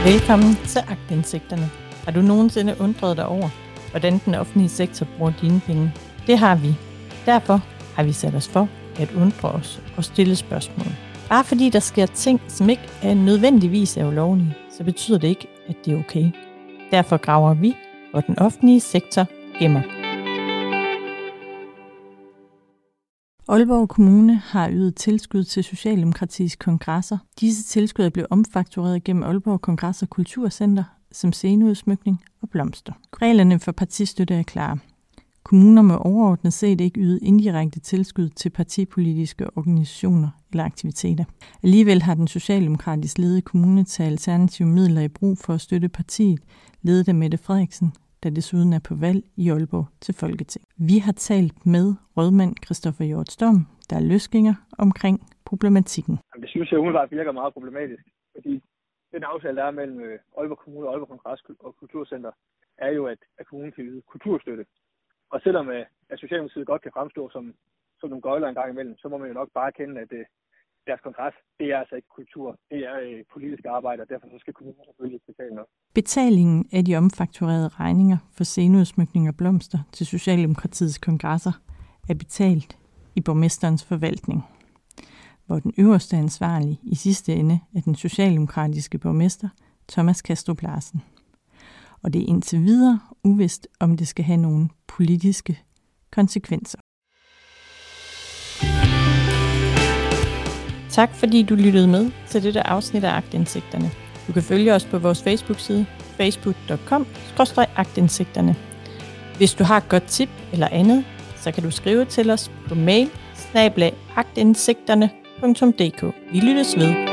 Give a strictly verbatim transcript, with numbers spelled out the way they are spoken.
Velkommen til Aktindsigterne. Har du nogensinde undret dig over, hvordan den offentlige sektor bruger dine penge? Det har vi. Derfor har vi sat os for at undre os og stille spørgsmål. Bare fordi der sker ting, som ikke er nødvendigvis er ulovlige, så betyder det ikke, at det er okay. Derfor graver vi, hvor den offentlige sektor gemmer. Aalborg Kommune har ydet tilskud til Socialdemokratiets kongresser. Disse tilskud blev omfaktureret gennem Aalborg Kongress- og Kulturcenter som sceneudsmykning og blomster. Reglerne for partistøtte er klare. Kommuner må overordnet set ikke yde indirekte tilskud til partipolitiske organisationer eller aktiviteter. Alligevel har den socialdemokratisk ledede kommune taget alternative midler i brug for at støtte partiet, ledet af Mette Frederiksen, der desuden er på valg i Aalborg til Folketing. Vi har talt med rådmand Christoffer Hjort Storm, der er løsgænger omkring problematikken. Det synes jeg umiddelbart virker meget problematisk, fordi den aftale, der er mellem Aalborg Kommune og Aalborg Kongress og Kulturcenter, er jo, at, at kommunen kan yde kulturstøtte. Og selvom at Socialdemokratiet godt kan fremstå som, som nogle gøjler en gang imellem, så må man jo nok bare erkende, at uh, deres kongres, det er altså ikke kultur, det er uh, politisk arbejde, og derfor så skal kommunen selvfølgelig betale noget. Betalingen af de omfakturerede regninger for sceneudsmykning og blomster til Socialdemokratiets kongresser er betalt i borgmesterens forvaltning, hvor den øverste ansvarlige i sidste ende er den socialdemokratiske borgmester Thomas Kastrup Larsen. Og det er indtil videre uvist, om det skal have nogle politiske konsekvenser. Tak fordi du lyttede med til dette afsnit af Aktindsigterne. Du kan følge os på vores Facebook-side facebook punktum com skråstreg aktindsigterne. Hvis du har et godt tip eller andet, så kan du skrive til os på mail snabel-a aktindsigterne punktum d k. Vi lyttes ved.